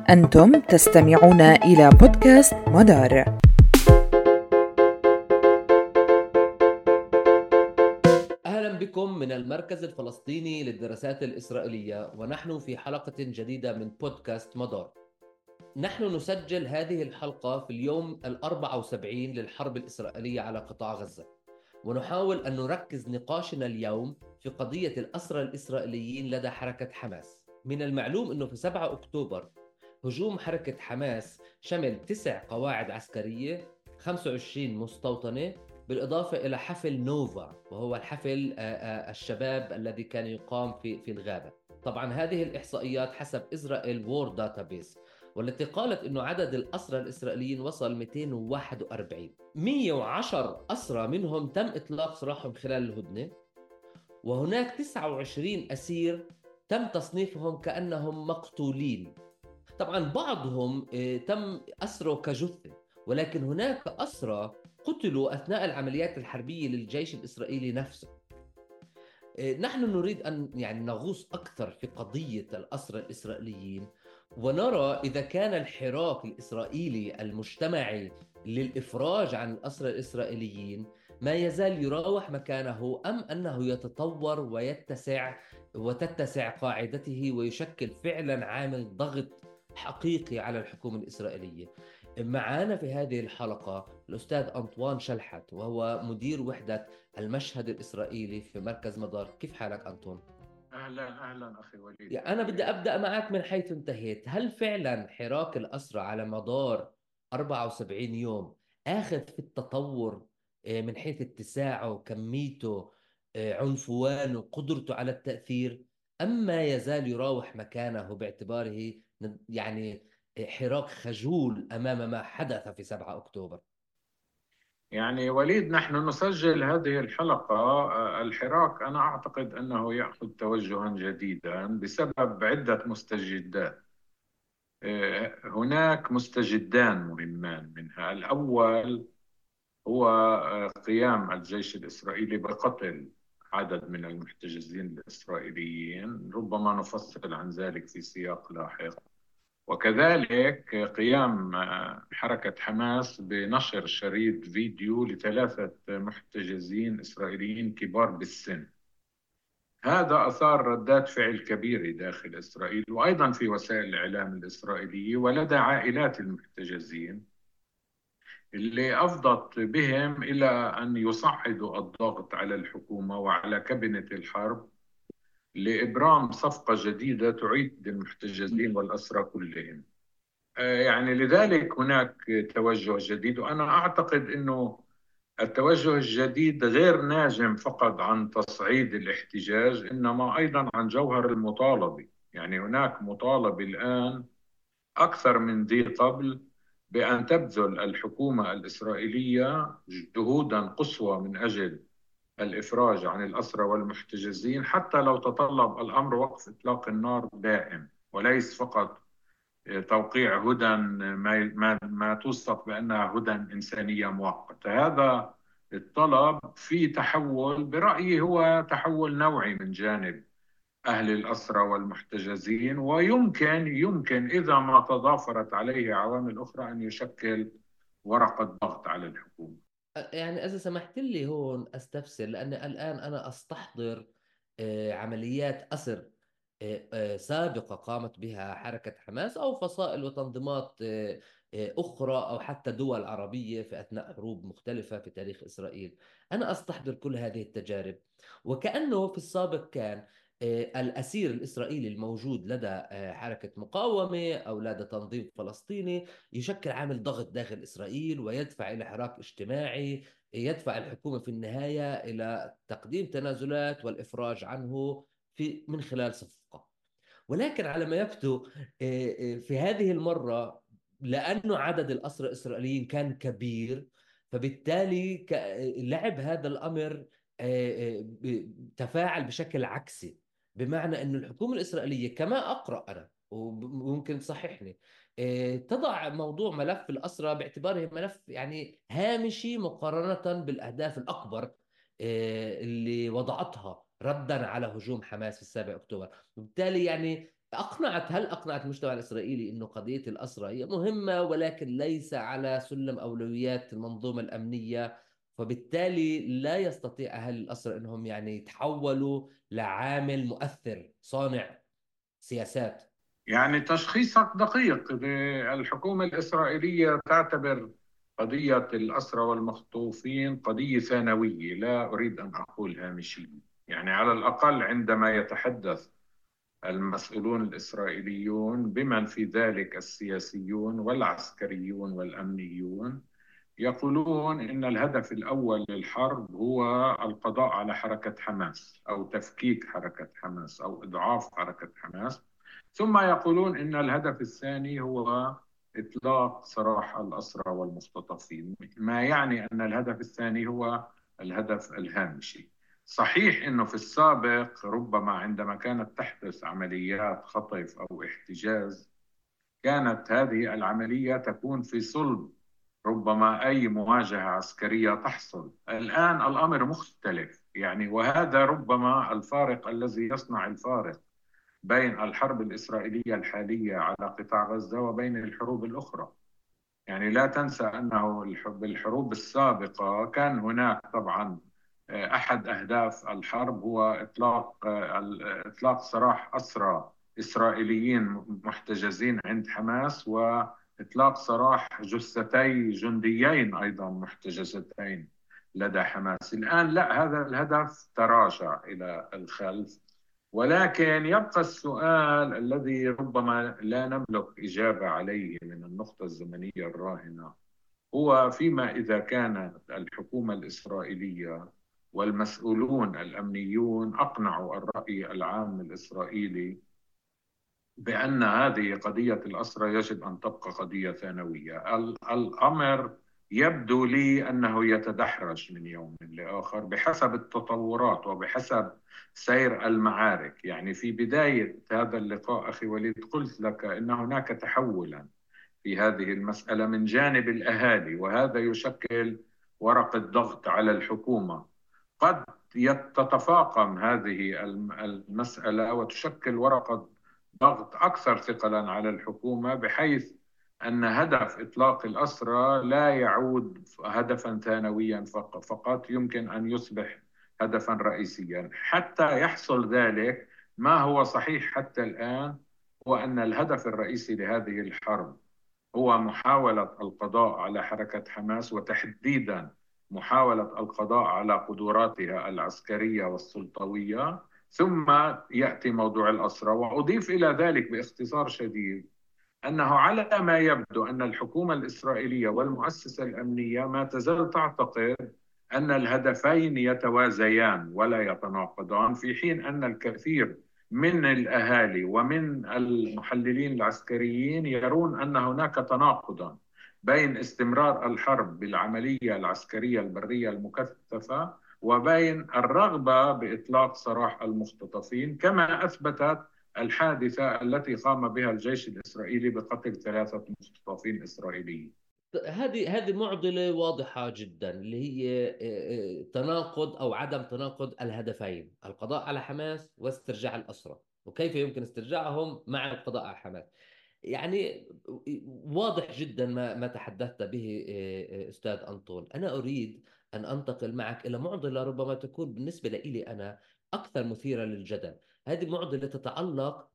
أنتم تستمعون إلى بودكاست مدار. أهلا بكم من المركز الفلسطيني للدراسات الإسرائيلية، ونحن في حلقة جديدة من بودكاست مدار. نحن نسجل هذه الحلقة في اليوم 74 للحرب الإسرائيلية على قطاع غزة، ونحاول أن نركز نقاشنا اليوم في قضية الأسرى الإسرائيليين لدى حركة حماس. من المعلوم أنه في 7 أكتوبر هجوم حركة حماس شمل 9 قواعد عسكرية، 25 مستوطنة، بالإضافة إلى حفل نوفا، وهو الحفل الشباب الذي كان يقام في الغابة. طبعا هذه الإحصائيات حسب إسرائيل وور داتابيس، والتي قالت أنه عدد الأسرى الإسرائيليين وصل 241. 110 أسرى منهم تم إطلاق سراحهم خلال الهدنة، وهناك 29 أسير تم تصنيفهم كأنهم مقتولين. طبعا بعضهم تم أسره كجثة، ولكن هناك أسرى قتلوا أثناء العمليات الحربية للجيش الإسرائيلي نفسه. نحن نريد أن نغوص أكثر في قضية الأسرى الإسرائيليين، ونرى إذا كان الحراك الإسرائيلي المجتمعي للإفراج عن الأسرى الإسرائيليين ما يزال يراوح مكانه، أم أنه يتطور وتتسع قاعدته ويشكل فعلا عامل ضغط حقيقي على الحكومة الإسرائيلية. معانا في هذه الحلقة الأستاذ أنطوان شلحت، وهو مدير وحدة المشهد الإسرائيلي في مركز مدار. كيف حالك أنطون؟ أهلا أخي وليد. أنا بدي أبدأ معك من حيث انتهيت. هل فعلا حراك الأسرى على مدار 74 يوم آخذ في التطور من حيث اتساعه، كميته، عنفوانه، قدرته على التأثير، أم ما يزال يراوح مكانه باعتباره حراك خجول أمام ما حدث في 7 أكتوبر؟ يعني وليد، نحن نسجل هذه الحلقة. الحراك أنا أعتقد أنه يأخذ توجها جديدا بسبب عدة مستجدات. هناك مستجدان مهمان، منها الأول هو قيام الجيش الإسرائيلي بقتل عدد من المحتجزين الإسرائيليين، ربما نفصل عن ذلك في سياق لاحق. وكذلك قيام حركة حماس بنشر شريط فيديو لثلاثة محتجزين إسرائيليين كبار بالسن. هذا أثار ردات فعل كبيرة داخل إسرائيل، وأيضا في وسائل الإعلام الإسرائيلية ولدى عائلات المحتجزين، اللي أفضت بهم إلى أن يصعدوا الضغط على الحكومة وعلى كابينة الحرب لإبرام صفقة جديدة تعيد المحتجزين والأسرى كلهم. يعني لذلك هناك توجه جديد، وأنا أعتقد أنه التوجه الجديد غير ناجم فقط عن تصعيد الاحتجاج، إنما أيضا عن جوهر المطالبة. يعني هناك مطالبة الآن أكثر من ذي قبل بأن تبذل الحكومة الإسرائيلية جهودا قصوى من أجل الإفراج عن الأسرى والمحتجزين، حتى لو تطلب الأمر وقف إطلاق النار دائم، وليس فقط توقيع هدن ما توصف بأنها هدن إنسانية مؤقتة. هذا الطلب في تحول، برأيي هو تحول نوعي من جانب أهل الأسرى والمحتجزين، ويمكن إذا ما تضافرت عليه عوامل أخرى أن يشكل ورقة ضغط على الحكومة. إذا سمحت لي هون أستفسر، لأن الآن أنا أستحضر عمليات أسر سابقة قامت بها حركة حماس أو فصائل وتنظيمات أخرى، أو حتى دول عربية في أثناء حروب مختلفة في تاريخ إسرائيل. أنا أستحضر كل هذه التجارب، وكأنه في السابق كان الأسير الإسرائيلي الموجود لدى حركة مقاومة أو لدى تنظيم فلسطيني يشكل عامل ضغط داخل إسرائيل ويدفع إلى حراك اجتماعي، يدفع الحكومة في النهاية إلى تقديم تنازلات والإفراج عنه من خلال صفقة. ولكن على ما يبدو في هذه المرة، لأنه عدد الأسرى الإسرائيليين كان كبير، فبالتالي لعب هذا الأمر، تفاعل بشكل عكسي. بمعنى أن الحكومة الإسرائيلية كما أقرأ أنا، وممكن تصححني، تضع موضوع ملف الأسرى باعتباره ملف هامشي مقارنة بالأهداف الأكبر اللي وضعتها ردا على هجوم حماس في 7 أكتوبر. وبالتالي هل أقنعت المجتمع الإسرائيلي أنه قضية الأسرى هي مهمة ولكن ليس على سلم أولويات المنظومة الأمنية، فبالتالي لا يستطيع أهل الأسرى أنهم يعني يتحولوا لعامل مؤثر صانع سياسات؟ يعني تشخيصك دقيق. الحكومة الإسرائيلية تعتبر قضية الأسرى والمخطوفين قضية ثانوية، لا أريد أن أقول هامشية. يعني على الأقل عندما يتحدث المسؤولون الإسرائيليون بمن في ذلك السياسيون والعسكريون والأمنيون، يقولون إن الهدف الأول للحرب هو القضاء على حركة حماس أو تفكيك حركة حماس أو إضعاف حركة حماس. ثم يقولون إن الهدف الثاني هو إطلاق سراح الأسرى والمختطفين، ما يعني أن الهدف الثاني هو الهدف الهامشي. صحيح أنه في السابق ربما عندما كانت تحدث عمليات خطف أو احتجاز كانت هذه العملية تكون في صلب ربما أي مواجهة عسكرية تحصل. الآن الأمر مختلف يعني، وهذا ربما الفارق الذي يصنع الفارق بين الحرب الإسرائيلية الحالية على قطاع غزة وبين الحروب الأخرى. يعني لا تنسى أنه بالحروب السابقة كان هناك طبعا أحد أهداف الحرب هو إطلاق سراح أسرى إسرائيليين محتجزين عند حماس، وإطلاق سراح جثتي جنديين أيضا محتجزتين لدى حماس. الآن لا، هذا الهدف تراجع إلى الخلف. ولكن يبقى السؤال الذي ربما لا نملك إجابة عليه من النقطة الزمنية الراهنة، هو فيما إذا كانت الحكومة الإسرائيلية والمسؤولون الأمنيون أقنعوا الرأي العام الإسرائيلي بأن هذه قضية الأسرى يجب أن تبقى قضية ثانوية. الأمر يبدو لي أنه يتدحرج من يوم لآخر بحسب التطورات وبحسب سير المعارك. يعني في بداية هذا اللقاء أخي وليد قلت لك أن هناك تحولا في هذه المسألة من جانب الأهالي، وهذا يشكل ورقة ضغط على الحكومة. قد تتفاقم هذه المسألة وتشكل ورقة ضغط أكثر ثقلا على الحكومة، بحيث أن هدف إطلاق الأسرى لا يعود هدفا ثانويا فقط، يمكن أن يصبح هدفا رئيسيا. حتى يحصل ذلك، ما هو صحيح حتى الآن هو أن الهدف الرئيسي لهذه الحرب هو محاولة القضاء على حركة حماس، وتحديدا محاولة القضاء على قدراتها العسكرية والسلطوية، ثم يأتي موضوع الأسرى. وأضيف إلى ذلك باختصار شديد أنه على ما يبدو أن الحكومة الإسرائيلية والمؤسسة الأمنية ما تزال تعتقد أن الهدفين يتوازيان ولا يتناقضان، في حين أن الكثير من الأهالي ومن المحللين العسكريين يرون أن هناك تناقضا بين استمرار الحرب بالعملية العسكرية البرية المكثفة وبين الرغبة بإطلاق سراح المختطفين، كما أثبتت الحادثة التي قام بها الجيش الإسرائيلي بقتل 3 مختطفين إسرائيليين. هذه معضلة واضحة جدا، اللي هي تناقض أو عدم تناقض الهدفين: القضاء على حماس واسترجاع الأسرى، وكيف يمكن استرجاعهم مع القضاء على حماس. يعني واضح جدا ما تحدثت به أستاذ أنطون. أنا أريد أن أنتقل معك إلى معضلة ربما تكون بالنسبة لي أنا أكثر مثيرة للجدل. هذه المعضلة تتعلق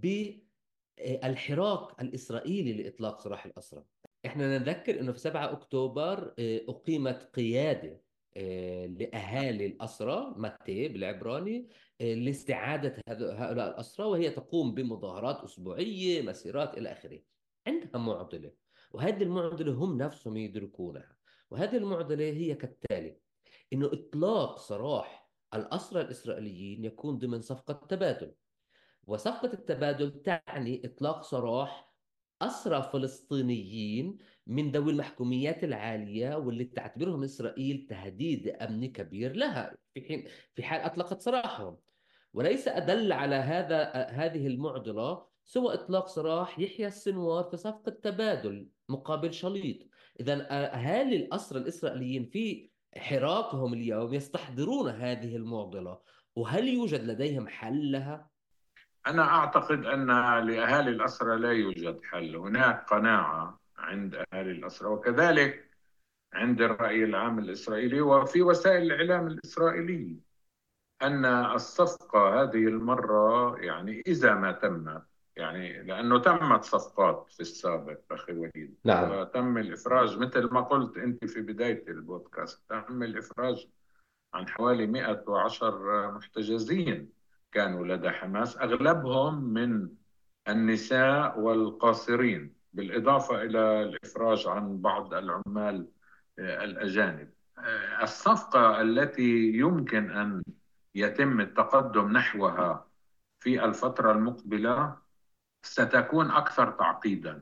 بالحراك الإسرائيلي لإطلاق سراح الأسرى. احنا نذكر انه في 7 اكتوبر اقيمت قياده لاهالي الاسرى متى بالعبراني لاستعاده هؤلاء الاسرى، وهي تقوم بمظاهرات اسبوعيه، مسيرات الى اخره. عندها معضله، وهذه المعضله هم نفسهم يدركونها. وهذه المعضله هي كالتالي: انه اطلاق سراح الاسرى الاسرائيليين يكون ضمن صفقه تبادل، وصفقة التبادل تعني إطلاق سراح أسرى فلسطينيين من ذوي المحكوميات العالية، واللي تعتبرهم إسرائيل تهديد أمني كبير لها في حال أطلقت سراحهم. وليس أدل على هذه المعضلة سوى إطلاق سراح يحيى السنوار في صفقة تبادل مقابل شليط. إذا أهالي الأسرى الإسرائيليين في حراكهم اليوم يستحضرون هذه المعضلة، وهل يوجد لديهم حل لها؟ أنا أعتقد أن لأهالي الأسرى لا يوجد حل. هناك قناعة عند أهالي الأسرى، وكذلك عند الرأي العام الإسرائيلي وفي وسائل الإعلام الإسرائيلية، أن الصفقة هذه المرة يعني إذا ما تمت، يعني لأنه تمت صفقات في السابق أخي وليد، نعم. وتم الإفراج مثل ما قلت أنت في بداية البودكاست، تم الإفراج عن حوالي 110 محتجزين كانوا لدى حماس، أغلبهم من النساء والقاصرين، بالإضافة إلى الإفراج عن بعض العمال الأجانب. الصفقة التي يمكن أن يتم التقدم نحوها في الفترة المقبلة ستكون أكثر تعقيدا،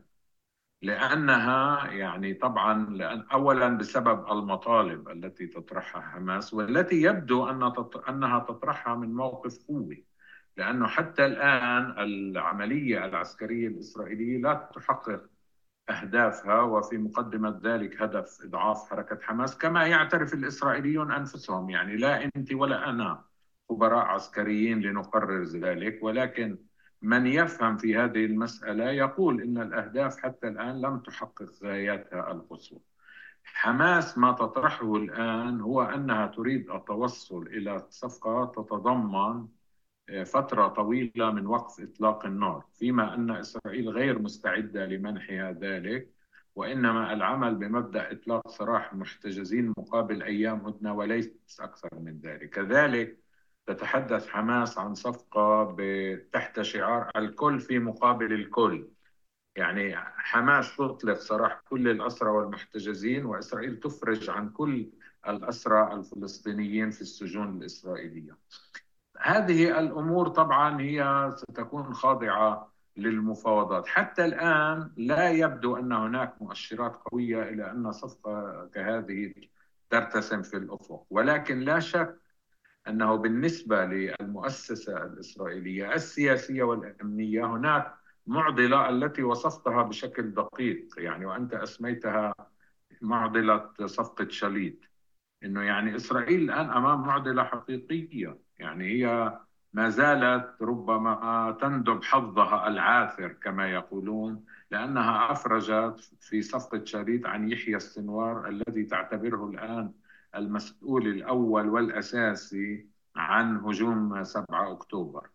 لأنها يعني طبعا أولا بسبب المطالب التي تطرحها حماس، والتي يبدو أنها تطرحها من موقف قوي، لأنه حتى الآن العملية العسكرية الإسرائيلية لا تحقق أهدافها، وفي مقدمة ذلك هدف إضعاف حركة حماس كما يعترف الإسرائيليون أنفسهم. يعني لا أنت ولا أنا خبراء عسكريين لنقرر ذلك، ولكن من يفهم في هذه المسألة يقول إن الأهداف حتى الآن لم تحقق غاياتها القصوى. حماس ما تطرحه الآن هو أنها تريد التوصل إلى صفقة تتضمن فترة طويلة من وقف إطلاق النار، فيما أن إسرائيل غير مستعدة لمنحها ذلك، وإنما العمل بمبدأ إطلاق سراح المحتجزين مقابل أيام هدنة وليس أكثر من ذلك. كذلك تتحدث حماس عن صفقة تحت شعار الكل في مقابل الكل، يعني حماس تطلق سراح كل الأسرى والمحتجزين، وإسرائيل تفرج عن كل الأسرى الفلسطينيين في السجون الإسرائيلية. هذه الأمور طبعا هي ستكون خاضعة للمفاوضات. حتى الآن لا يبدو أن هناك مؤشرات قوية إلى أن صفقة كهذه ترتسم في الأفق، ولكن لا شك أنه بالنسبة للمؤسسة الإسرائيلية السياسية والأمنية هناك معضلة التي وصفتها بشكل دقيق، يعني وأنت أسميتها معضلة صفقة شاليت. انه يعني اسرائيل الان امام معضله حقيقيه، يعني هي ما زالت ربما تندب حظها العاثر كما يقولون، لانها افرجت في صفقه شريط عن يحيى السنوار الذي تعتبره الان المسؤول الاول والاساسي عن هجوم 7 اكتوبر.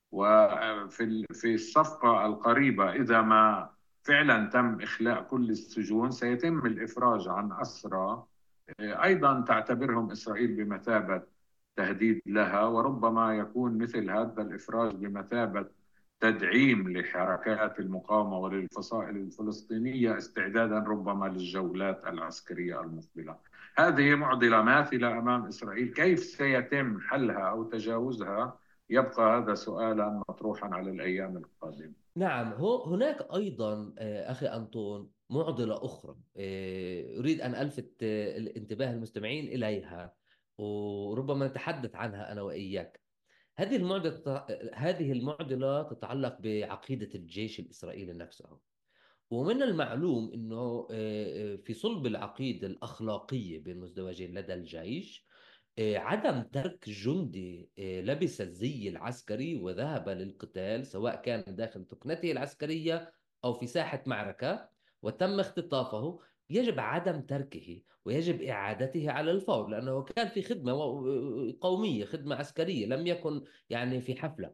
وفي الصفقه القريبه اذا ما فعلا تم اخلاء كل السجون سيتم الافراج عن اسرى أيضا تعتبرهم إسرائيل بمثابة تهديد لها، وربما يكون مثل هذا الإفراج بمثابة تدعيم لحركات المقاومة وللفصائل الفلسطينية استعدادا ربما للجولات العسكرية المقبلة. هذه معضلة ماثلة أمام إسرائيل، كيف سيتم حلها أو تجاوزها يبقى هذا سؤالا مطروحا على الأيام القادمة. نعم، هناك أيضا أخي أنطون معضلة أخرى أريد أن ألفت الانتباه المستمعين إليها، وربما نتحدث عنها أنا وإياك. هذه المعضلة تتعلق بعقيدة الجيش الإسرائيلي نفسه. ومن المعلوم أنه في صلب العقيدة الأخلاقية بين مزدوجين لدى الجيش عدم ترك جندي لبس الزي العسكري وذهب للقتال، سواء كان داخل تكنته العسكرية أو في ساحة معركة، وتم اختطافه، يجب عدم تركه ويجب إعادته على الفور، لأنه كان في خدمة قومية، خدمة عسكرية، لم يكن يعني في حفلة.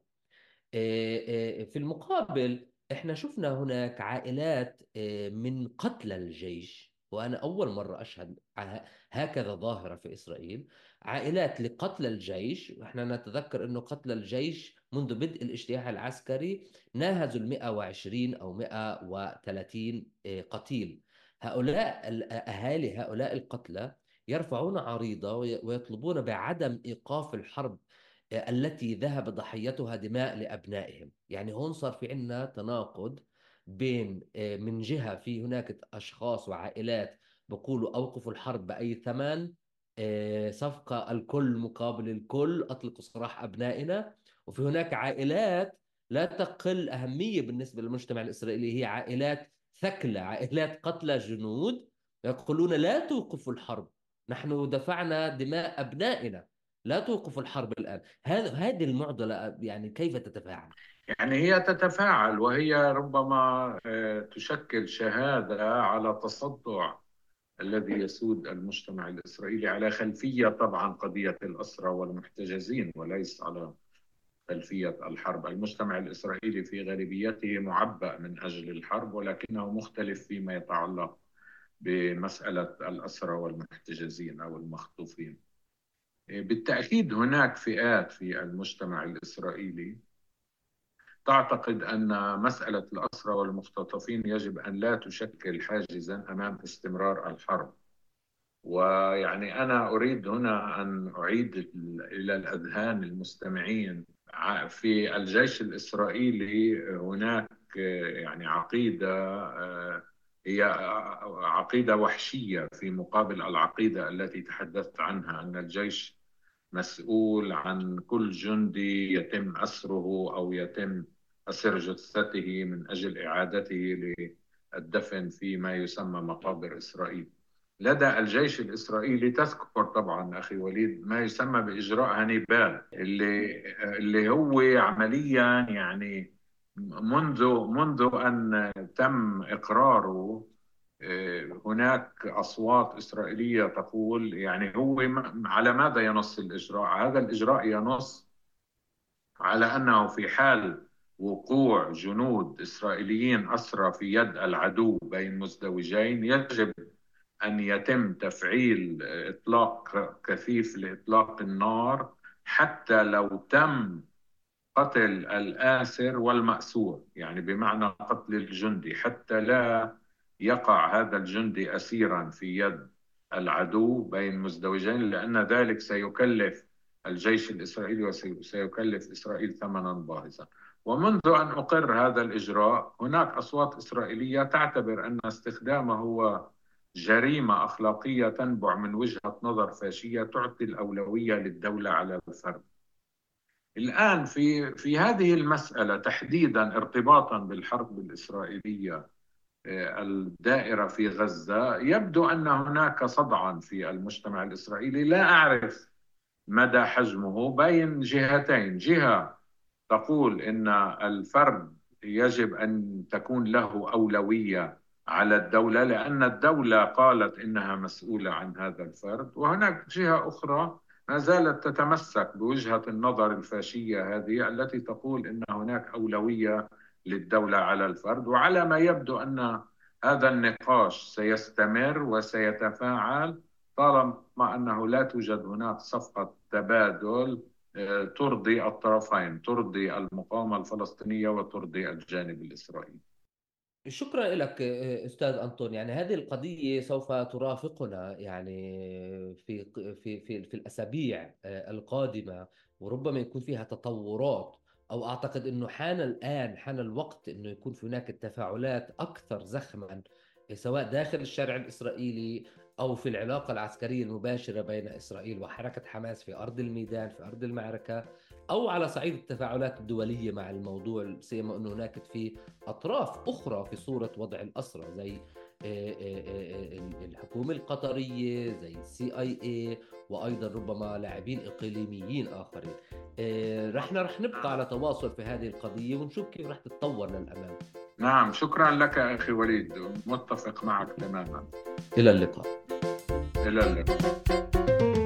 في المقابل احنا شفنا هناك عائلات من قتلى الجيش، وانا اول مره اشهد هكذا ظاهره في اسرائيل. عائلات لقتلى الجيش، احنا نتذكر انه قتلى الجيش منذ بدء الاجتياح العسكري ناهزوا ال 120 او 130 قتيل. هؤلاء الاهالي، هؤلاء القتلى يرفعون عريضه ويطلبون بعدم ايقاف الحرب التي ذهب ضحيتها دماء لأبنائهم. يعني هون صار في عندنا تناقض بين من جهة في هناك أشخاص وعائلات بقولوا أوقفوا الحرب بأي ثمن، صفقة الكل مقابل الكل، أطلقوا سراح أبنائنا. وفي هناك عائلات لا تقل أهمية بالنسبة للمجتمع الإسرائيلي، هي عائلات ثكلى، عائلات قتلى جنود، يقولون لا توقفوا الحرب، نحن دفعنا دماء أبنائنا، لا توقف الحرب الآن. هذه المعضلة يعني كيف تتفاعل؟ يعني هي تتفاعل، وهي ربما تشكل شهادة على تصدع الذي يسود المجتمع الإسرائيلي على خلفية طبعا قضية الأسرى والمحتجزين، وليس على خلفية الحرب. المجتمع الإسرائيلي في غالبيته معبأ من أجل الحرب، ولكنه مختلف فيما يتعلق بمسألة الأسرى والمحتجزين أو المخطوفين. بالتأكيد هناك فئات في المجتمع الإسرائيلي تعتقد أن مسألة الأسرى والمختطفين يجب أن لا تشكل حاجزاً أمام استمرار الحرب. ويعني أنا أريد هنا أن أعيد إلى الأذهان المستمعين، في الجيش الإسرائيلي هناك يعني عقيدة، هي عقيدة وحشية في مقابل العقيدة التي تحدثت عنها، أن الجيش مسؤول عن كل جندي يتم أسره أو يتم أسر جثته من أجل إعادته للدفن في ما يسمى مقابر إسرائيل. لدى الجيش الإسرائيلي تذكر طبعا أخي وليد ما يسمى بإجراء هانيبال، اللي هو عمليا يعني منذ أن تم إقراره هناك أصوات إسرائيلية تقول يعني هو على ماذا ينص الإجراء؟ هذا الإجراء ينص على أنه في حال وقوع جنود إسرائيليين أسرى في يد العدو بين مزدوجين يجب أن يتم تفعيل إطلاق كثيف لإطلاق النار حتى لو تم قتل الآسر والمأسور، يعني بمعنى قتل الجندي، حتى لا يقع هذا الجندي أسيرا في يد العدو بين مزدوجين، لأن ذلك سيكلف الجيش الإسرائيلي وسيكلف إسرائيل ثمنا باهظا. ومنذ أن أقر هذا الإجراء هناك أصوات إسرائيلية تعتبر أن استخدامه هو جريمة أخلاقية تنبع من وجهة نظر فاشية تعطي الأولوية للدولة على الفرد. الآن في هذه المسألة تحديدا ارتباطا بالحرب الإسرائيلية الدائرة في غزة، يبدو أن هناك صدعا في المجتمع الإسرائيلي لا أعرف مدى حجمه بين جهتين. جهة تقول إن الفرد يجب أن تكون له أولوية على الدولة لأن الدولة قالت إنها مسؤولة عن هذا الفرد، وهناك جهة أخرى ما زالت تتمسك بوجهة النظر الفاشية هذه التي تقول إن هناك أولوية للدولة على الفرد. وعلى ما يبدو أن هذا النقاش سيستمر وسيتفاعل طالما أنه لا توجد هناك صفقة تبادل ترضي الطرفين، ترضي المقاومة الفلسطينية وترضي الجانب الإسرائيلي. شكرا لك أستاذ أنطون. يعني هذه القضية سوف ترافقنا يعني في الأسابيع القادمة، وربما يكون فيها تطورات، أو أعتقد أنه حان الوقت أنه يكون في هناك تفاعلات أكثر زخما سواء داخل الشارع الإسرائيلي أو في العلاقة العسكرية المباشرة بين إسرائيل وحركة حماس في أرض الميدان في أرض المعركة، أو على صعيد التفاعلات الدولية مع الموضوع، سيما أنه هناك في أطراف أخرى في صورة وضع الأسرى زي الحكومة القطرية، زي CIA، وأيضا ربما لاعبين إقليميين آخرين. رح نبقى على تواصل في هذه القضية ونشوف كيف رح تتطور للأمام. نعم، شكرا لك أخي وليد، متفق معك تماما. إلى اللقاء. إلى اللقاء.